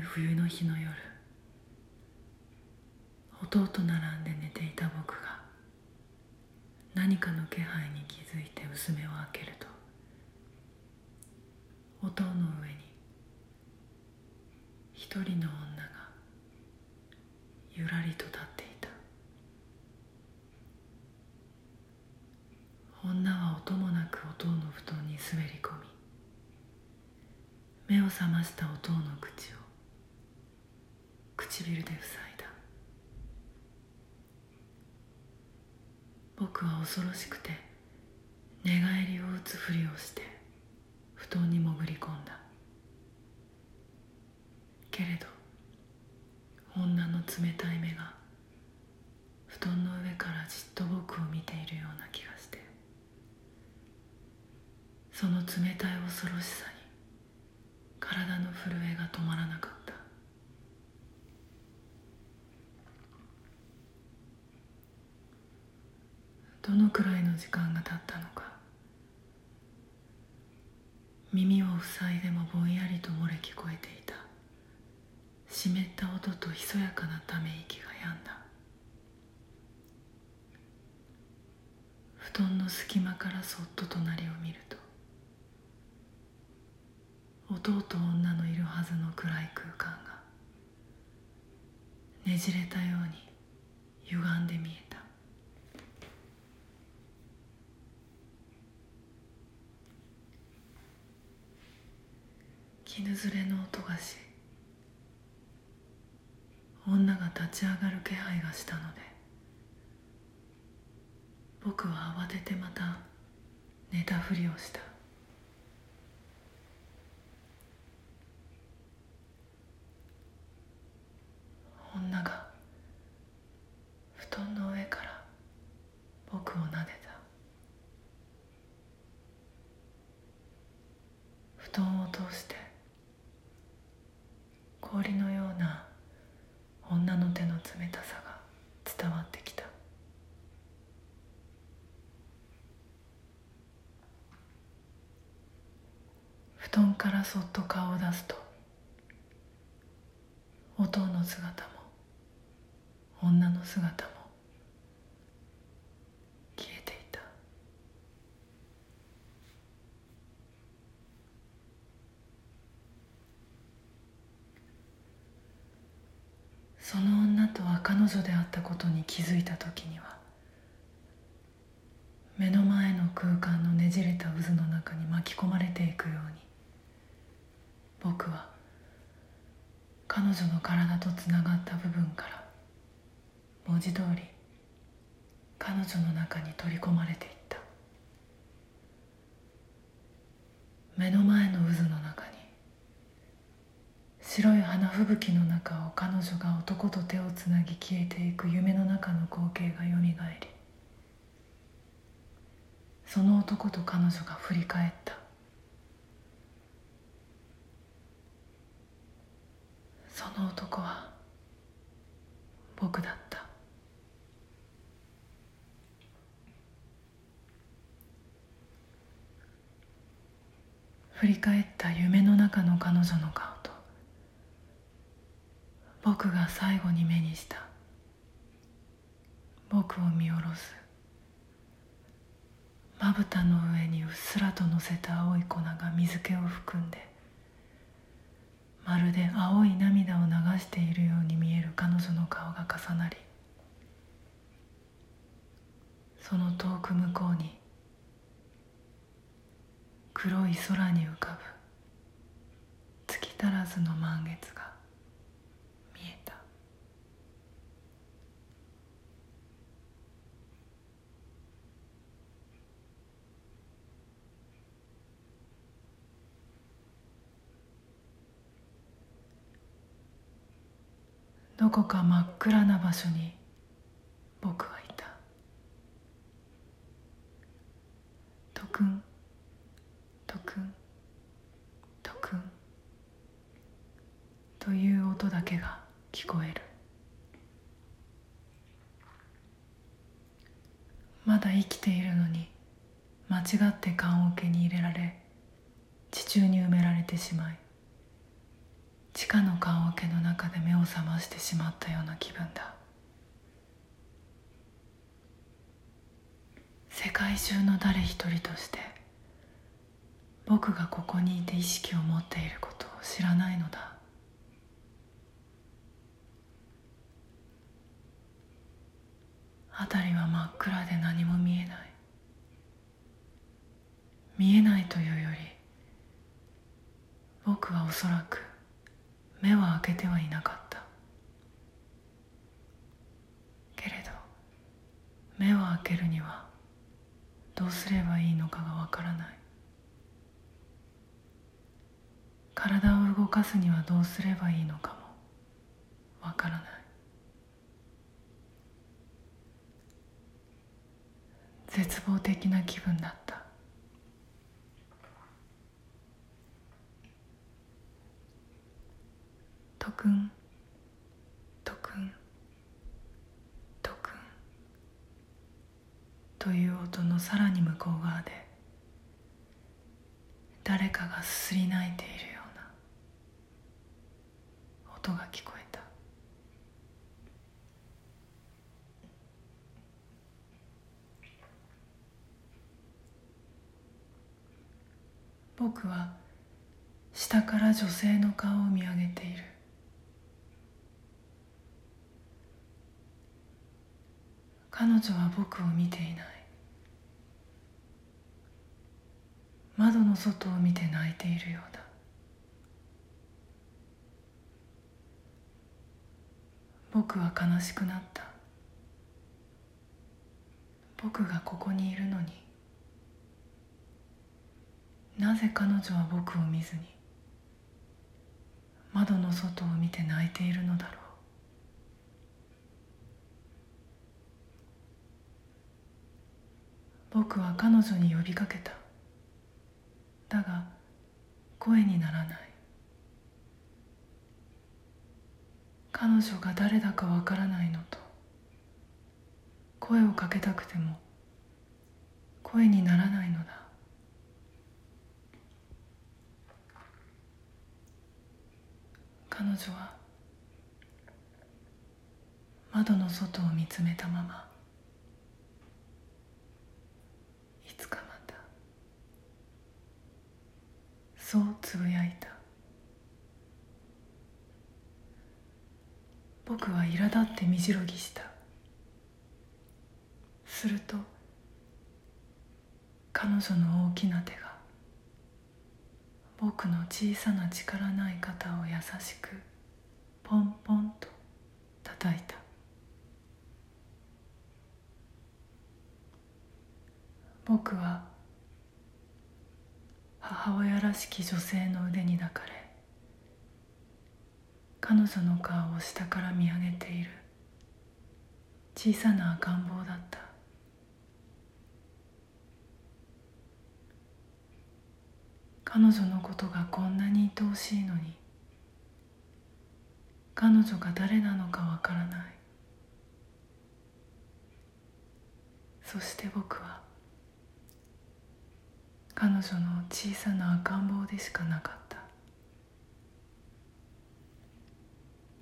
冬の日の夜、弟と並んで寝ていた僕が何かの気配に気づいて薄目を開けると、お塔の上に一人の女がゆらりと立っていた。女は音もなくお塔の布団に滑り込み、目を覚ましたお塔の口を唇で塞いだ。僕は恐ろしくて寝返りを打つふりをして布団に潜り込んだ。けれど女の冷たい目が布団の上からじっと僕を見ているような気がして、その冷たい恐ろしさに体の震えが止まらなかった。どのくらいの時間が経ったのか、耳を塞いでもぼんやりと漏れ聞こえていた湿った音とひそやかなため息が止んだ。布団の隙間からそっと隣を見ると、弟と女のいるはずの暗い空間がねじれたように歪んで見えた。絹ずれの音がし、女が立ち上がる気配がしたので、僕は慌ててまた寝たふりをした。女が布団の上から僕を撫でた。布団を通して氷のような女の手の冷たさが伝わってきた。布団からそっと顔を出すと、お塔の姿も女の姿も消えていた。その女とは彼女であったことに気づいた時には、目の前の空間のねじれた渦の中に巻き込まれていくように、僕は彼女の体とつながった部分から文字通り彼女の中に取り込まれていった。目の前の渦の中に、白い花吹雪の中を彼女が男と手をつなぎ消えていく夢の中の光景がよみがえり、その男と彼女が振り返った。その男は僕だった。振り返った夢の中の彼女の顔と、僕が最後に目にした僕を見下ろすまぶたの上にうっすらと乗せた青い粉が水気を含んで、まるで青い涙を流しているように見える彼女の顔が重なり、その遠く向こうに黒い空に浮かぶ月足らずの満月が見えた。どこか真っ暗な場所に僕はいた。トクントクントクンという音だけが聞こえる。まだ生きているのに間違って棺桶に入れられ地中に埋められてしまい、地地下の棺桶の中で目を覚ましてしまったような気分だ。世界中の誰一人として僕がここにいて意識を持っていることを知らないのだ。辺りは真っ暗で何も見えない。見えないというより、僕はおそらく目は開けてはいなかった。けれど目を開けるにはどうすればいいのかがわからない。体を動かすにはどうすればいいのかもわからない。絶望的な気分だった。トクントクントクンという音のさらに向こう側で誰かがすすり泣いているような音が聞こえた。僕は下から女性の顔を見上げている。彼女は僕を見ていない。窓の外を見て泣いているようだ。僕は悲しくなった。僕がここにいるのに、なぜ彼女は僕を見ずに窓の外を見て泣いているのだろう。僕は彼女に呼びかけた。だが声にならない。彼女が誰だかわからないのと、声をかけたくても声にならないのだ。彼女は窓の外を見つめたまま、いつかまた、そうつぶやいた。僕は苛立って身じろぎした。すると彼女の大きな手が僕の小さな力ない肩を優しくポンポンと叩いた。僕は母親らしき女性の腕に抱かれ、彼女の顔を下から見上げている。小さな赤ん坊だった。彼女のことがこんなに愛おしいのに、彼女が誰なのかわからない。そして僕は彼女の小さな赤ん坊でしかなかった。